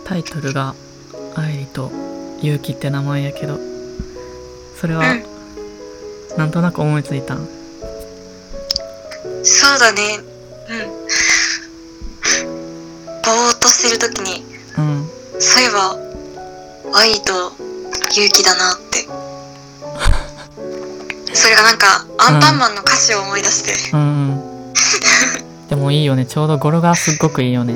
タイトルが愛理と勇気って名前やけど、それはなんとなく思いついたん？ そうだね。ぼーっとしてるときに、そういえば愛と勇気だなって。それがなんかアンパンマンの歌詞を思い出して、 でもいいよね、ちょうど語呂がすっごくいいよね。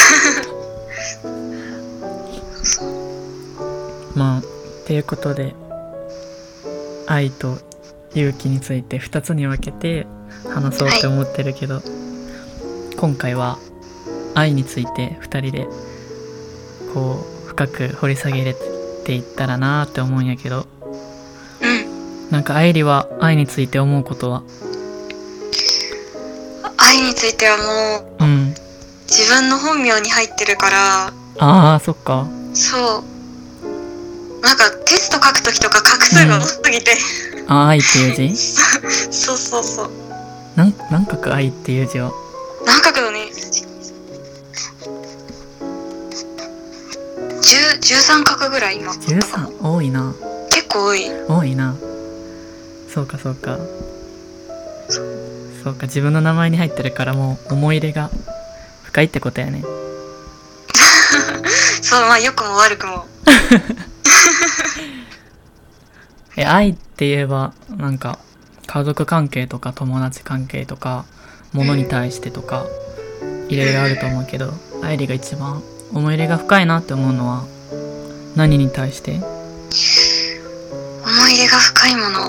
まあっていうことで、愛と勇気について2つに分けて話そうって思ってるけど、今回は愛について2人でこう深く掘り下げれていったらなーって思うんやけど、なんか愛理は愛について思うことは？ 愛についてはもう、自分の本名に入ってるから。 ああ、そっか。 そう、なんかテスト書くときとか画数が多すぎて、 愛っていう字？ そうそうそう。 何画愛っていう字は？ 何画だね。13画ぐらい今。 13？多いな。 結構多い。 多いな。そうかそうか。そうか、自分の名前に入ってるからもう思い入れが深いってことやね。 そう、まあ良くも悪くも。 愛って言えばなんか家族関係とか友達関係とか物に対してとかいろいろあると思うけど、愛理が一番思い入れが深いなって思うのは何に対して？ 思い入れが深いもの、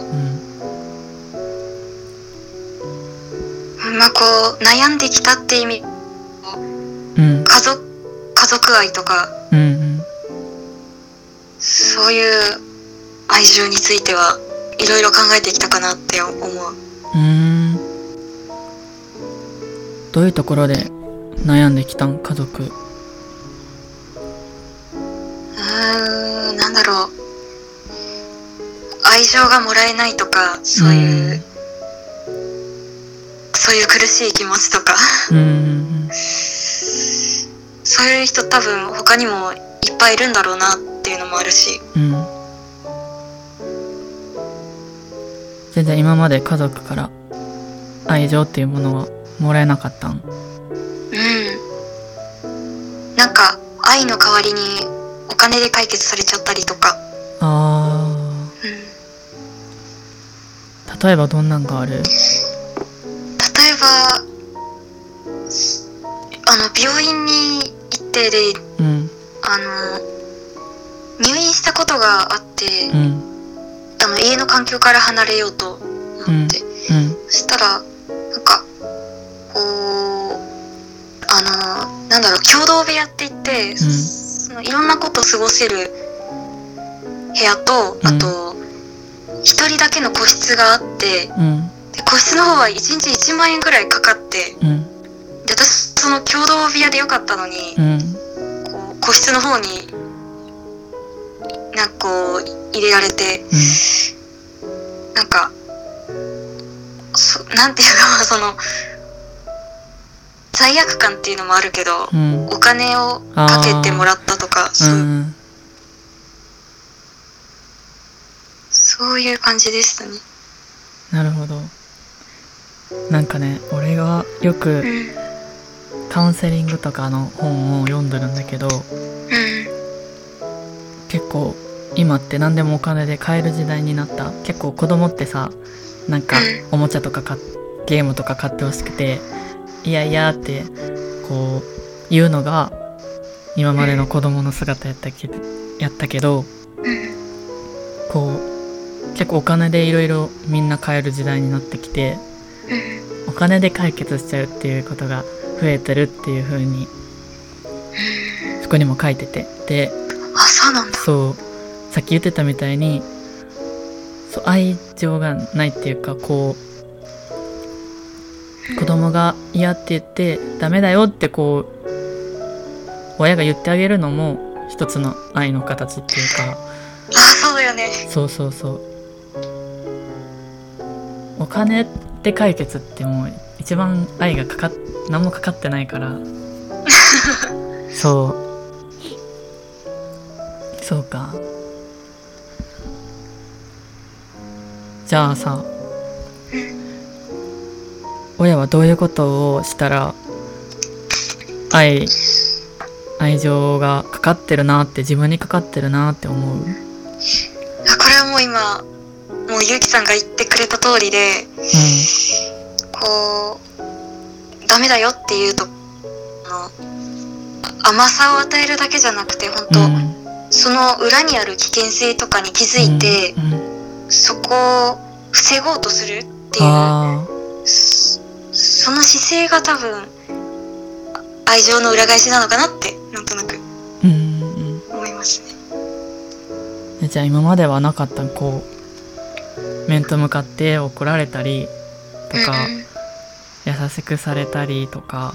まあこう悩んできたって意味、家族愛とか、そういう愛情についてはいろいろ考えてきたかなって思う。 どういうところで悩んできたん？家族。 なんだろう、愛情がもらえないとか、そういう苦しい気持ちとか、そういう人多分他にもいっぱいいるんだろうなっていうのもあるし、 全然今まで家族から愛情っていうものはもらえなかったん？ なんか愛の代わりにお金で解決されちゃったりとか。 例えばどんなんがある？例えば病院に行ってで、入院したことがあって、家の環境から離れようと思って、そしたらなんかこうなんだろう、共同部屋って言って、そのいろんなことを過ごせる部屋と、あと一人だけの個室があって、で個室の方は1日1万円ぐらいかかって、で私その共同部屋でよかったのに、こう個室の方になんかこう入れられて、なんかなんていうか、その罪悪感っていうのもあるけど、お金をかけてもらったとか、そういう感じでしたね。 なるほど。なんかね、俺がよくカウンセリングとかの本を読んでるんだけど、結構今って何でもお金で買える時代になった。結構子供ってさ、なんかおもちゃとかゲームとか買ってほしくて、いやいやってこう言うのが今までの子供の姿やったけど、こう結構お金でいろいろみんな買える時代になってきて、お金で解決しちゃうっていうことが増えてるっていう風にそこにも書いてて、で、 そうなんだ。 そう、さっき言ってたみたいに、そう、愛情がないっていうか、こう子供が嫌って言ってダメだよってこう親が言ってあげるのも一つの愛の形っていうか。 そうだよね。 そうそうそう。お金で解決ってもう一番愛が何もかかってないから。そう。 そうか。じゃあさ、親はどういうことをしたら愛情がかかってるなって、自分にかかってるなって思う？ これはもう今もうゆうきさんが言ってくれた通りで、こうダメだよっていうと甘さを与えるだけじゃなくて、本当、その裏にある危険性とかに気づいて、そこを防ごうとするっていう、その姿勢が多分愛情の裏返しなのかなってなんとなく思いますね。 じゃあ今まではなかったこう面と向かって怒られたりとか、優しくされたりとか、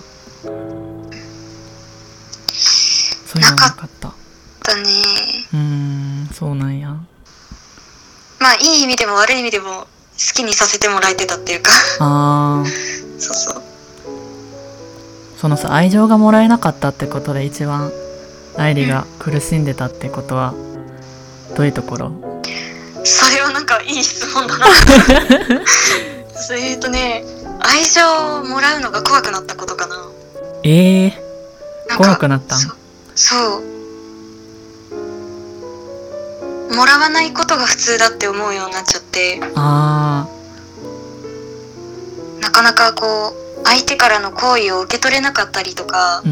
そういうのなかった？ だね。 そうなんや。 まあいい意味でも悪い意味でも好きにさせてもらえてたっていうかそうそう。 そのさ、愛情がもらえなかったってことで一番愛理が苦しんでたってことはどういうところ？ それはなんかいい質問だな愛情をもらうのが怖くなったことかな。 怖くなったん？ そうもらわないことが普通だって思うようになっちゃって、なかなかこう相手からの好意を受け取れなかったりとか、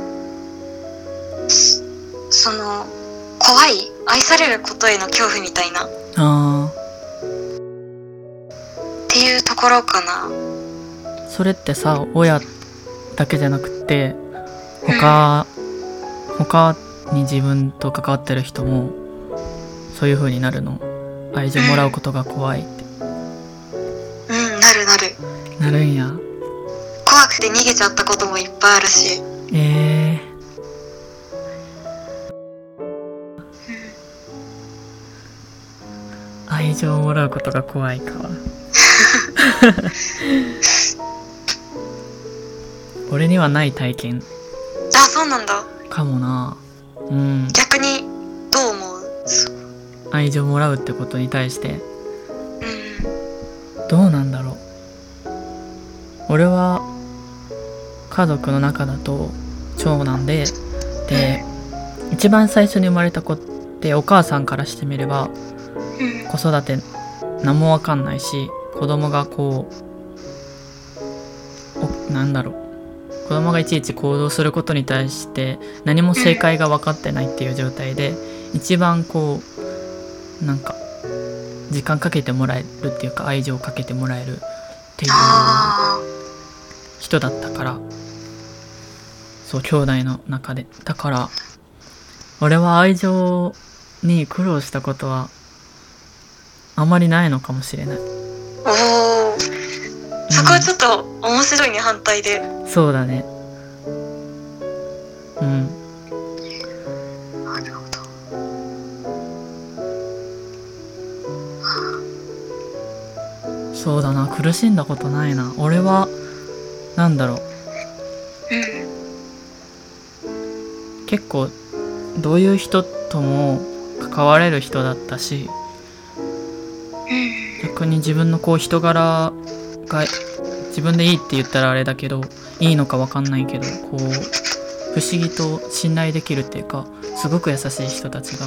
その怖い愛されることへの恐怖みたいなっていうところかな。 それってさ、親だけじゃなくて他に自分と関わってる人もそういう風になるの？愛情もらうことが怖いって。なるんや。 怖くて逃げちゃったこともいっぱいあるし。 愛情をもらうことが怖いか俺にはない体験。 そうなんだ。 かもな。 逆にどう思う？ 愛情もらうってことに対して、どうなんだろう。俺は家族の中だと長男で、一番最初に生まれた子ってお母さんからしてみれば、子育て何もわかんないし、子供がこう子供がいちいち行動することに対して何も正解が分かってないっていう状態で、一番こう時間かけてもらえるっていうか、愛情をかけてもらえるっていう人だったから、そう、兄弟の中で。だから俺は愛情に苦労したことはあまりないのかもしれない。 そこはちょっと面白いね、反対で。 そうだね。 なるほど。 そうだな、苦しんだことないな。俺は結構どういう人とも関われる人だったし、逆に自分のこう人柄が自分でいいって言ったらあれだけど、いいのか分かんないけど、こう不思議と信頼できるっていうか、すごく優しい人たちが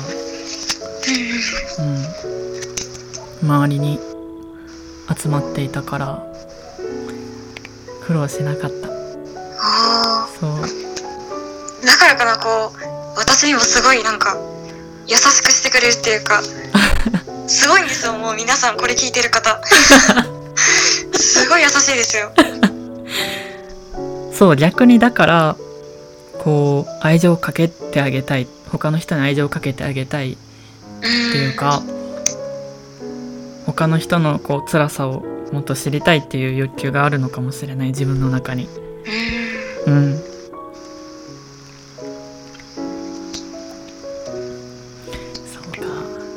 周りに集まっていたから苦労しなかった。そうだからかな、こう私にもすごい優しくしてくれるっていうかすごいんですよ。もう皆さんこれ聞いてる方すごい優しいですよ。 そう、逆にだからこう愛情をかけてあげたい、他の人に愛情をかけてあげたいっていうか、他の人のこう辛さをもっと知りたいっていう欲求があるのかもしれない、自分の中に。そうか。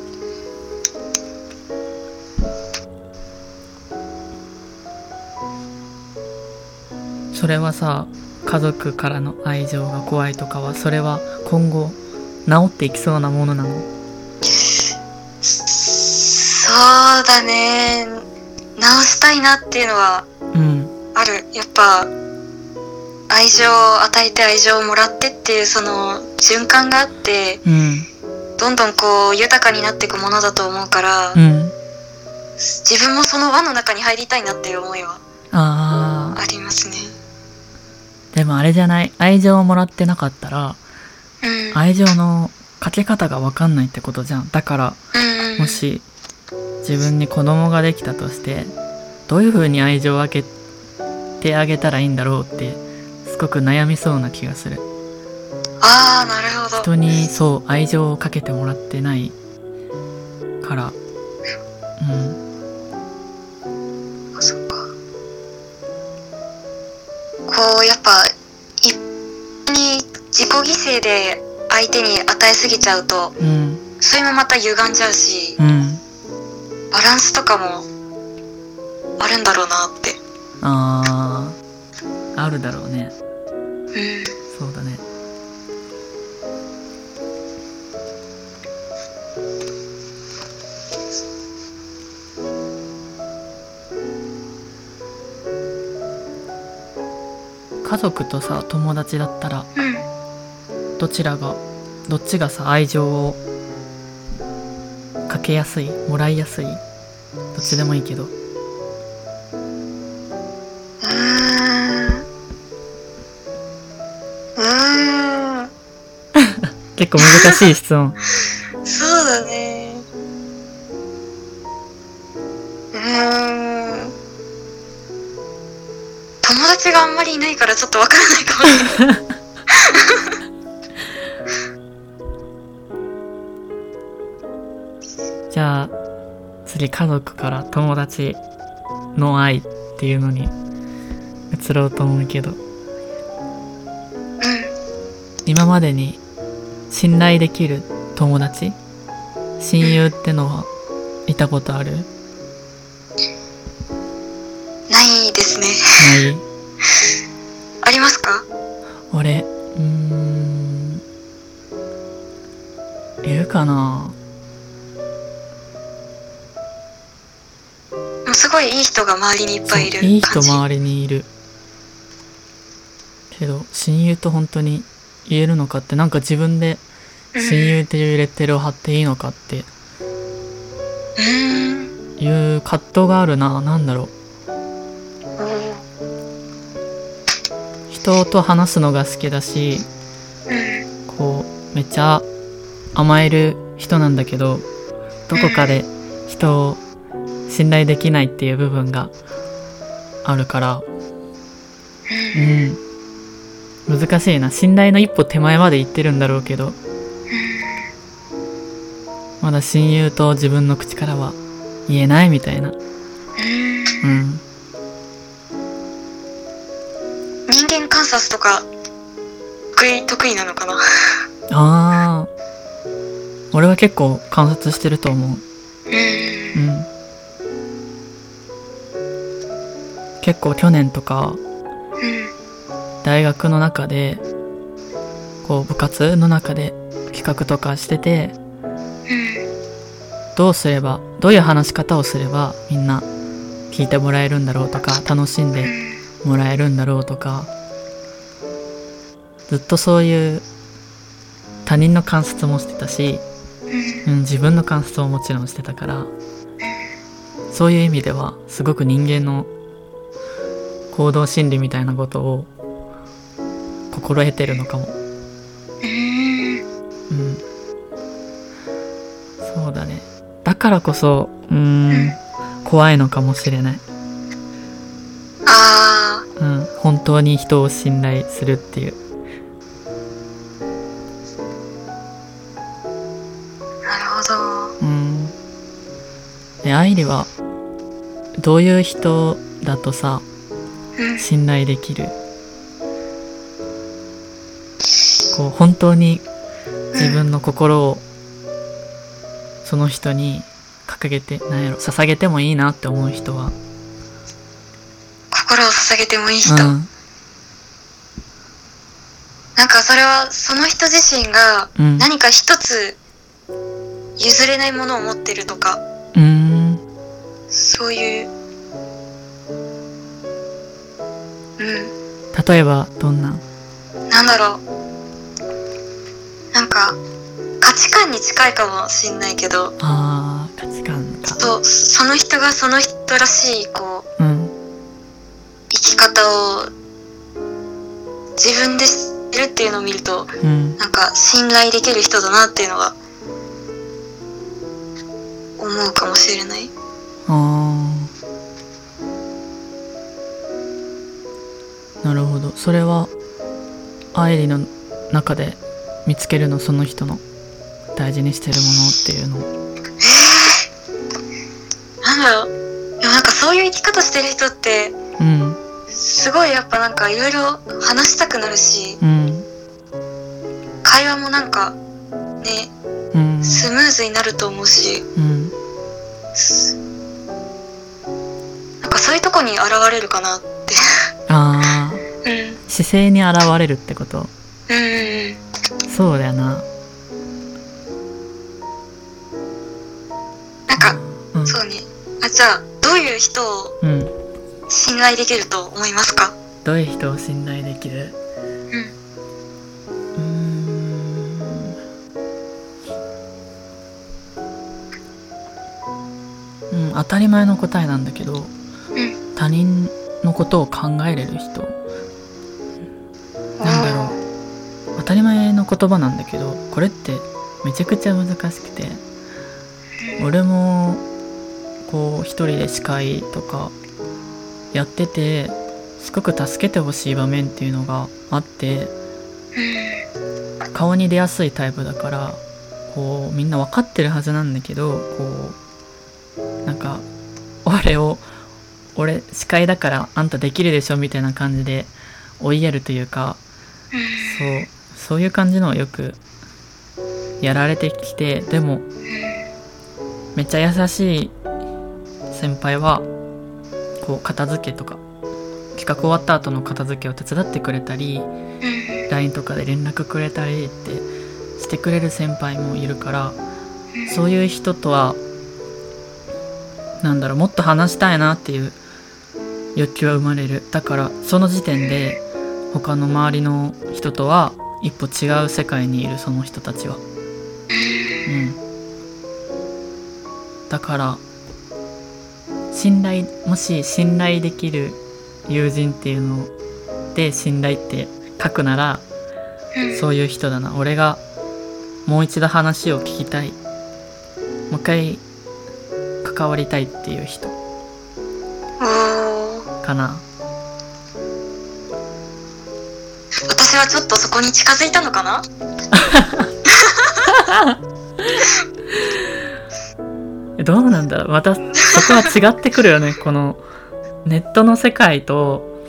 それはさ、家族からの愛情が怖いとかは、それは今後治っていきそうなものなの？ そうだね、直したいなっていうのはある。やっぱ愛情を与えて愛情をもらってっていうその循環があって、どんどんこう豊かになっていくものだと思うから、自分もその輪の中に入りたいなっていう思いはありますね。 でもあれじゃない、愛情をもらってなかったら、愛情のかけ方が分かんないってことじゃん。だから、もし自分に子供ができたとして、どういう風に愛情を分けてあげたらいいんだろうってすごく悩みそうな気がする。 ああ、なるほど。 人にそう愛情をかけてもらってないから、 そっか。こうやっぱ一緒に自己犠牲で相手に与えすぎちゃうと、それもまた歪んじゃうし、バランスとかもあるんだろうなって。 あるだろうね。そうだね。家族とさ、友達だったら、どっちがさ、愛情をかけやすい、もらいやすい、どっちでもいいけど。結構難しい質問。 そうだね。友達があんまりいないからちょっとわからないかもしれない。 じゃあ次、家族から友達の愛っていうのに移ろうと思うけど、今までに信頼できる友達、親友ってのはいたことある？ ないですね。 ない？ ありますか？ 俺、いるかな。 すごいいい人が周りにいっぱいいる感じ。 いい人周りにいるけど、親友と本当に言えるのかって、なんか自分で親友っていうレッテルを貼っていいのかっていう葛藤があるな。なんだろう、人と話すのが好きだし、こうめっちゃ甘える人なんだけど、どこかで人を信頼できないっていう部分があるから、難しいな。信頼の一歩手前まで行ってるんだろうけど、まだ親友と自分の口からは言えないみたいな。 人間観察とか得意なのかな。俺は結構観察してると思う。結構去年とか、大学の中でこう部活の中で企画とかしてて、どういう話し方をすればみんな聞いてもらえるんだろうとか、楽しんでもらえるんだろうとか、ずっとそういう他人の観察もしてたし、自分の観察ももちろんしてたから、そういう意味ではすごく人間の行動心理みたいなことを心得てるのかも。そうだね。だからこそ怖いのかもしれない。本当に人を信頼するっていう。 なるほど。 愛理はどういう人だとさ、信頼できる？こう本当に自分の心をその人に掲げて、捧げてもいいなって思う人は。 心を捧げてもいい人。なんかそれはその人自身が何か一つ譲れないものを持ってるとか、 そういう、 例えばどんな？ なんだろう、なんか価値観に近いかもしんないけど、 価値観か。 ちょっとその人がその人らしいこう、生き方を自分でしてるっていうのを見ると、なんか信頼できる人だなっていうのが思うかもしれない。 なるほど。それは愛理の中で見つけるの？その人の大事にしてるものっていうの。 なんだろう。いや、なんかそういう生き方してる人って、すごいやっぱなんかいろいろ話したくなるし、会話もなんかね、スムーズになると思うし、なんかそういうとこに現れるかなって。 姿勢に現れるってこと？そうだよな。 なんか、そうね。じゃあどういう人を信頼できると思いますか？ どういう人を信頼できる？当たり前の答えなんだけど、他人のことを考えれる人。なんだろう、当たり前の言葉なんだけど、これってめちゃくちゃ難しくて、俺もこう一人で司会とかやってて、すごく助けてほしい場面っていうのがあって、顔に出やすいタイプだから、こうみんな分かってるはずなんだけど、こうなんか俺司会だからあんたできるでしょみたいな感じで追いやるというか、そういう感じのをよくやられてきて、でもめっちゃ優しい先輩はこう片付けとか企画終わった後の片付けを手伝ってくれたり、LINE とかで連絡くれたりってしてくれる先輩もいるから、そういう人とはなんだろう、もっと話したいなっていう欲求は生まれる。だからその時点で他の周りの人とは一歩違う世界にいる、その人たちは。だからもし信頼できる友人っていうので信頼って書くなら、そういう人だな。俺がもう一度話を聞きたい、もう一回関わりたいっていう人かな。 私はちょっとそこに近づいたのかな。 どうなんだろう、またそこは違ってくるよね。このネットの世界と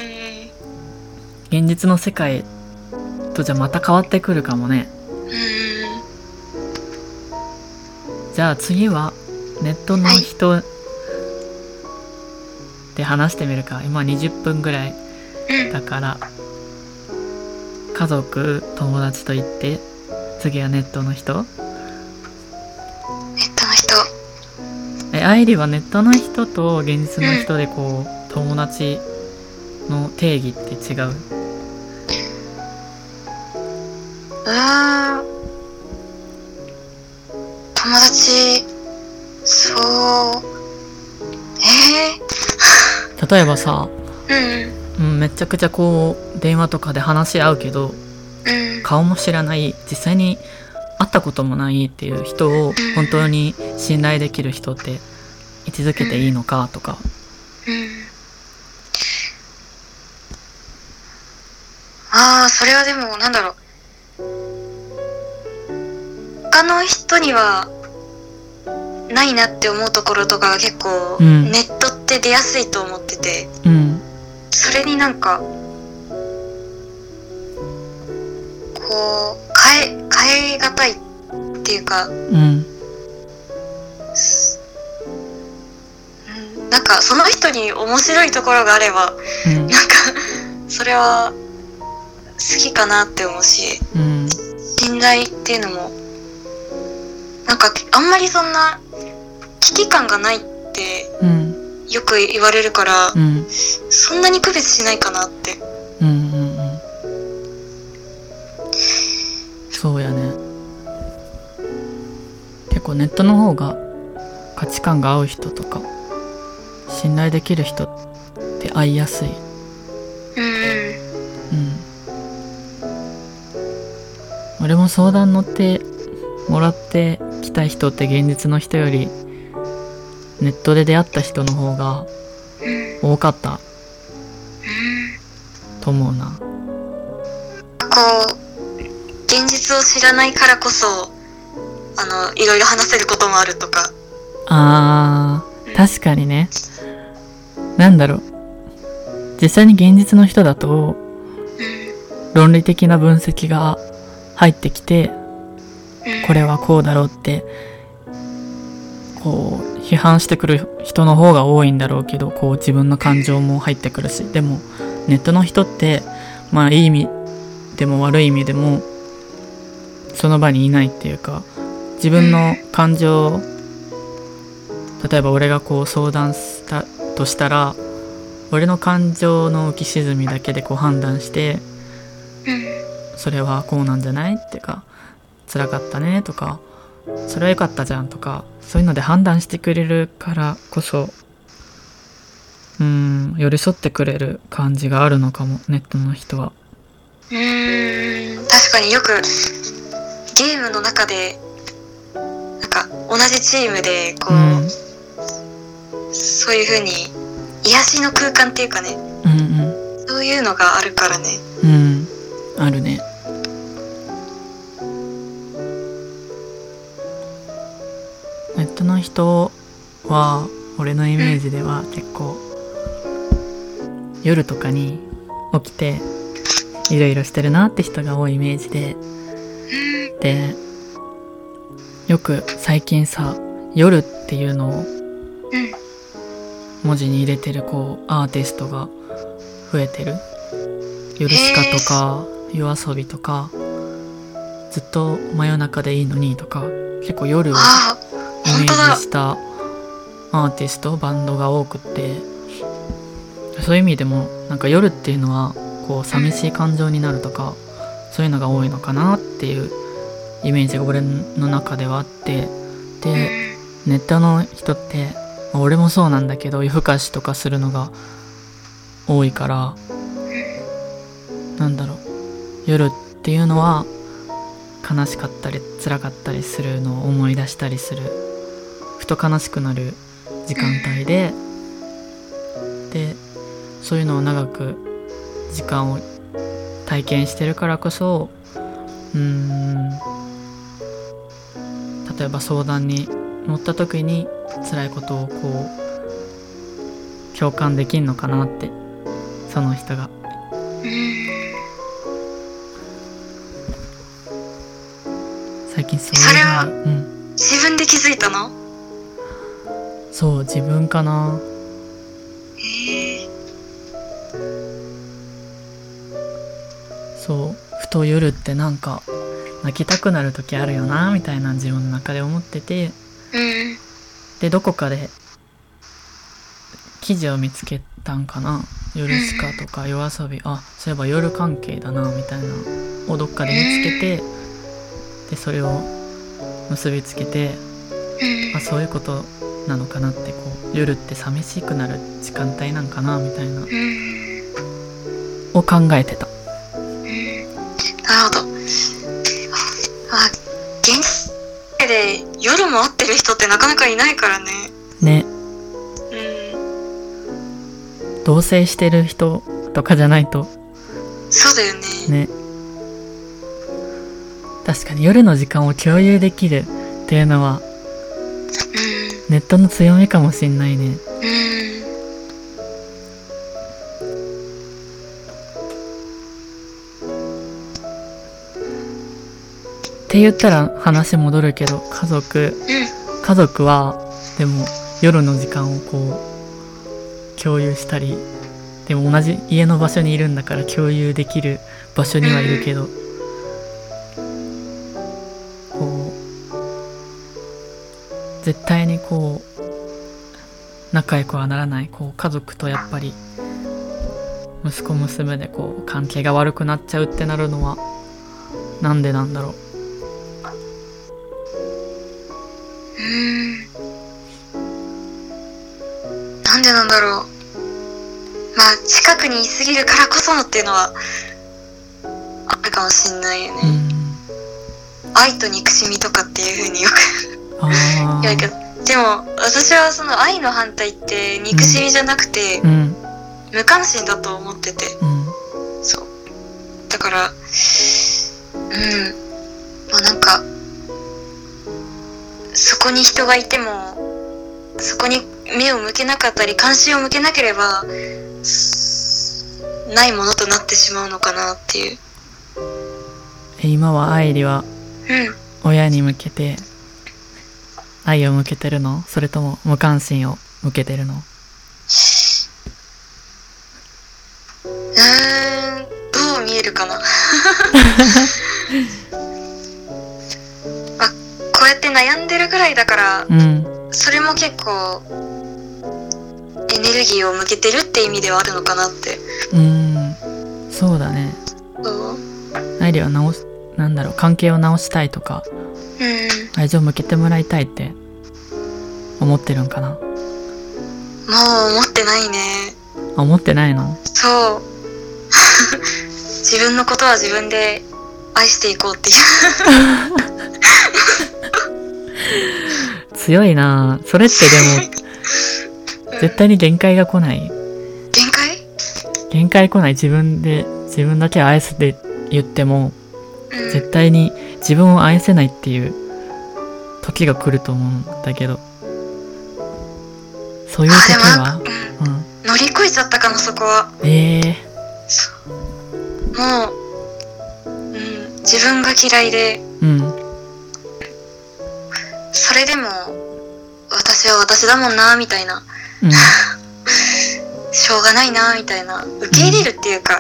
現実の世界とじゃまた変わってくるかもね。じゃあ次はネットの人で話してみるか。今20分ぐらいだから、家族、友達と言って、次はネットの人。愛理はネットの人と現実の人でこう、友達の定義って違う？ 友達、 例えばさ、めちゃくちゃこう電話とかで話し合うけど、顔も知らない、実際に会ったこともないっていう人を本当に信頼できる人って位置づけていいのかとか。 それはでもなんだろう、他の人にはないなって思うところとかが結構、ネットって出やすいと思ってて、それになんかこう変えがたいっていうか、なんかその人に面白いところがあれば、なんかそれは好きかなって思うし、信頼っていうのもなんかあんまりそんな危機感がないっってよく言われるから、そんなに区別しないかなって。 そうやね。結構ネットの方が価値観が合う人とか信頼できる人って会いやすい。俺も相談乗ってもらってきた人って現実の人よりネットで出会った人の方が多かったと思うな。 こう現実を知らないからこそいろいろ話せることもあるとか。 確かにね。なんだろう、実際に現実の人だと論理的な分析が入ってきて、これはこうだろうってこう批判してくる人の方が多いんだろうけど、こう自分の感情も入ってくるし、でもネットの人ってまあいい意味でも悪い意味でもその場にいないっていうか、自分の感情、例えば俺がこう相談したとしたら、俺の感情の浮き沈みだけでこう判断して、それはこうなんじゃないっていうか、辛かったねとか、それは良かったじゃんとか、そういうので判断してくれるからこそ寄り添ってくれる感じがあるのかも、ネットの人は。 確かによくゲームの中でなんか同じチームでこう、そういう風に癒しの空間っていうかね、そういうのがあるからね。 あるね。ネットの人は俺のイメージでは結構夜とかに起きていろいろしてるなって人が多いイメージで、よく最近さ、夜っていうのを文字に入れてるこうアーティストが増えてる。ヨルシカとかYOASOBIとか、ずっと真夜中でいいのにとか、結構夜をイメージしたアーティスト、バンドが多くって、そういう意味でもなんか夜っていうのはこう寂しい感情になるとか、そういうのが多いのかなっていうイメージが俺の中ではあって、でネットの人って俺もそうなんだけど、夜更かしとかするのが多いから、なんだろう、夜っていうのは悲しかったり辛かったりするのを思い出したりする、ふと悲しくなる時間帯で、そういうのを長く時間を体験してるからこそ、例えば相談に乗った時に辛いことをこう共感できんのかなって、その人が。最近そういう。 それは自分で気づいたの？ そう、自分かな。そう、ふと夜ってなんか泣きたくなる時あるよなみたいな自分の中で思ってて、でどこかで記事を見つけたんかな、ヨルシカとかYOASOBI、そういえば夜関係だなみたいなをどっかで見つけて、でそれを結びつけて、そういうことなのかなって、こう夜って寂しくなる時間帯なんかなみたいなを考えてた。 なるほど。現実で夜も会ってる人ってなかなかいないからね。 ね。同棲してる人とかじゃないと。 そうだよね。 確かに夜の時間を共有できるっていうのは、ネットの強みかもしんないね。って言ったら話戻るけど、家族はでも夜の時間をこう共有したり、でも同じ家の場所にいるんだから共有できる場所にはいるけど、こう絶対にこう仲良くはならない。こう家族とやっぱり息子娘でこう関係が悪くなっちゃうってなるのはなんでなんだろう。 なんでなんだろう。まあ近くにいすぎるからこそのっていうのはあるかもしんないよね。愛と憎しみとかっていう風によく言うけど、でも私はその愛の反対って憎しみじゃなくて、無関心だと思ってて、そうだからまあなんかそこに人がいてもそこに目を向けなかったり関心を向けなければないものとなってしまうのかなっていう。 今は愛理は親に向けて愛を向けてるの？それとも無関心を向けてるの？ どう見えるかなまあこうやって悩んでるぐらいだから、それも結構エネルギーを向けてるって意味ではあるのかなって。 そうだね。愛理はなんだろう、関係を直したいとか、愛情を向けてもらいたいって思ってるんかな。もう思ってないね。 思ってないの？ そう自分のことは自分で愛していこうっていう強いな。それってでも絶対に限界が来ない？限界来ない？自分だけを愛すって言っても、絶対に自分を愛せないっていう時が来ると思うんだけど、そういう時は、 乗り越えちゃったかな、そこは。もう、自分が嫌いで、それでも私は私だもんなみたいな、しょうがないなみたいな、受け入れるっていうか、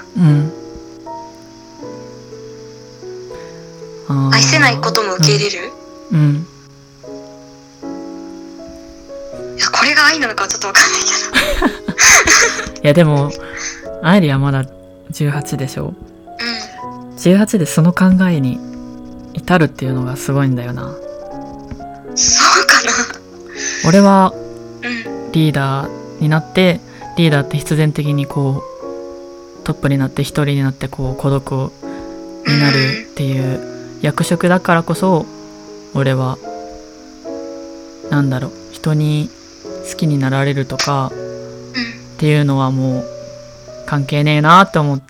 愛せないことも受け入れる。いや、これが愛なのかはちょっと分かんないけどいやでも愛理はまだ18でしょ。18でその考えに至るっていうのがすごいんだよな。 そうかな。 俺はリーダーになって、リーダーって必然的にこうトップになって一人になってこう孤独になるっていう役職だからこそ、俺はなんだろう、人に好きになられるとかっていうのはもう関係ねえなって思って、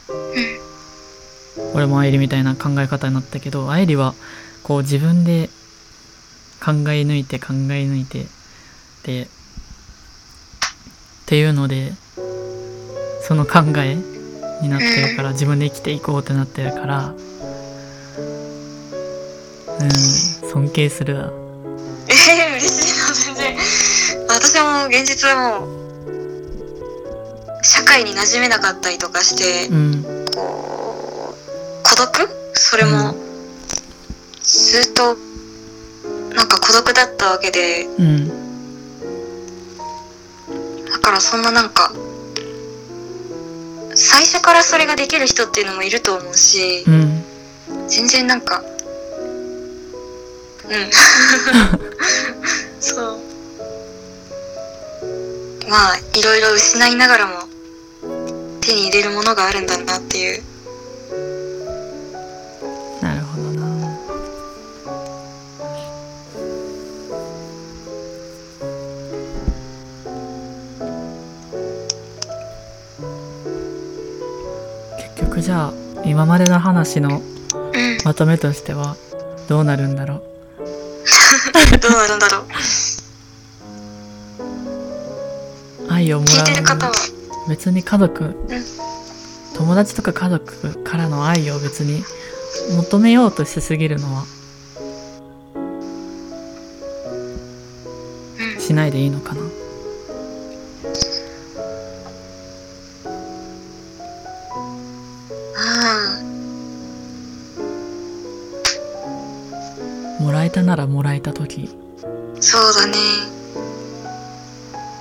俺も愛理みたいな考え方になったけど、愛理はこう自分で考え抜いてでっていうので、その考えになってるから、自分で生きていこうってなってるから、尊敬するわ。 嬉しいな。全然私も現実はもう社会に馴染めなかったりとかして、こう孤独、それもずっとなんか孤独だったわけで、だからそんななんか最初からそれができる人っていうのもいると思うし、全然なんかそうまあいろいろ失いながらも手に入れるものがあるんだなっていう。 なるほどな。結局じゃあ今までの話のまとめとしてはどうなるんだろうどうなるんだろう。 愛をもらう、 聞いてる方は別に家族、友達とか家族からの愛を別に求めようとしすぎるのは、しないでいいのかな。もらえたならもらえた時。 そうだね。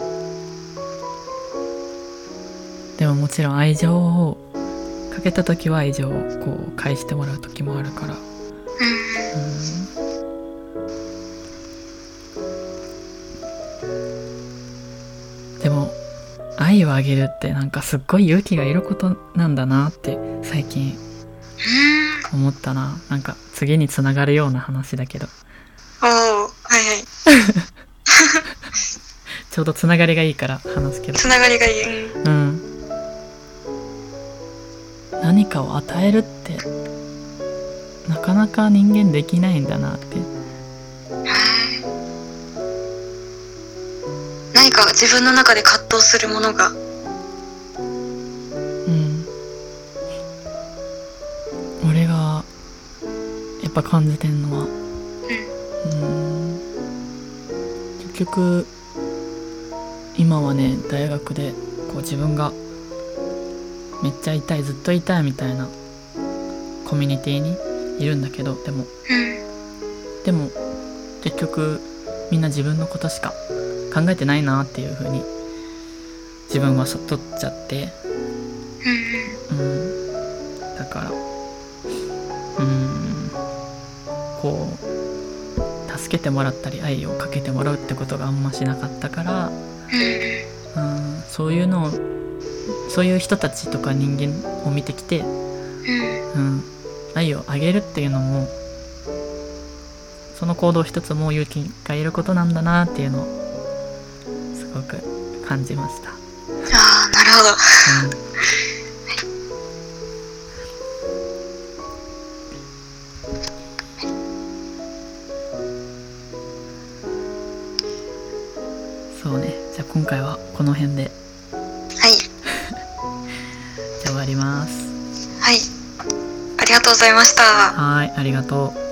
もちろん愛情をかけた時は愛情をこう返してもらう時もあるから、でも愛をあげるってなんかすっごい勇気がいることなんだなって最近思ったな。なんか次につながるような話だけど、 はいはいちょうどつながりがいいから話すけど、 つながりがいい、 何かを与えるってなかなか人間できないんだなって。 何か自分の中で葛藤するものが、 俺がやっぱ感じてんのは、結局今はね、大学でこう自分がめっちゃ痛い、ずっと痛いみたいなコミュニティにいるんだけど、でも結局みんな自分のことしか考えてないなっていう風に自分は悟っちゃって、だからこう助けてもらったり愛をかけてもらうってことがあんましなかったから、そういう人たちとか人間を見てきて、愛をあげるっていうのも、その行動一つも勇気がいることなんだなっていうのをすごく感じました。 ああ、なるほど。 そうね。じゃあ今回はこの辺で。 はい。 じゃあ終わります。 はい。ありがとうございました。 はい、ありがとう。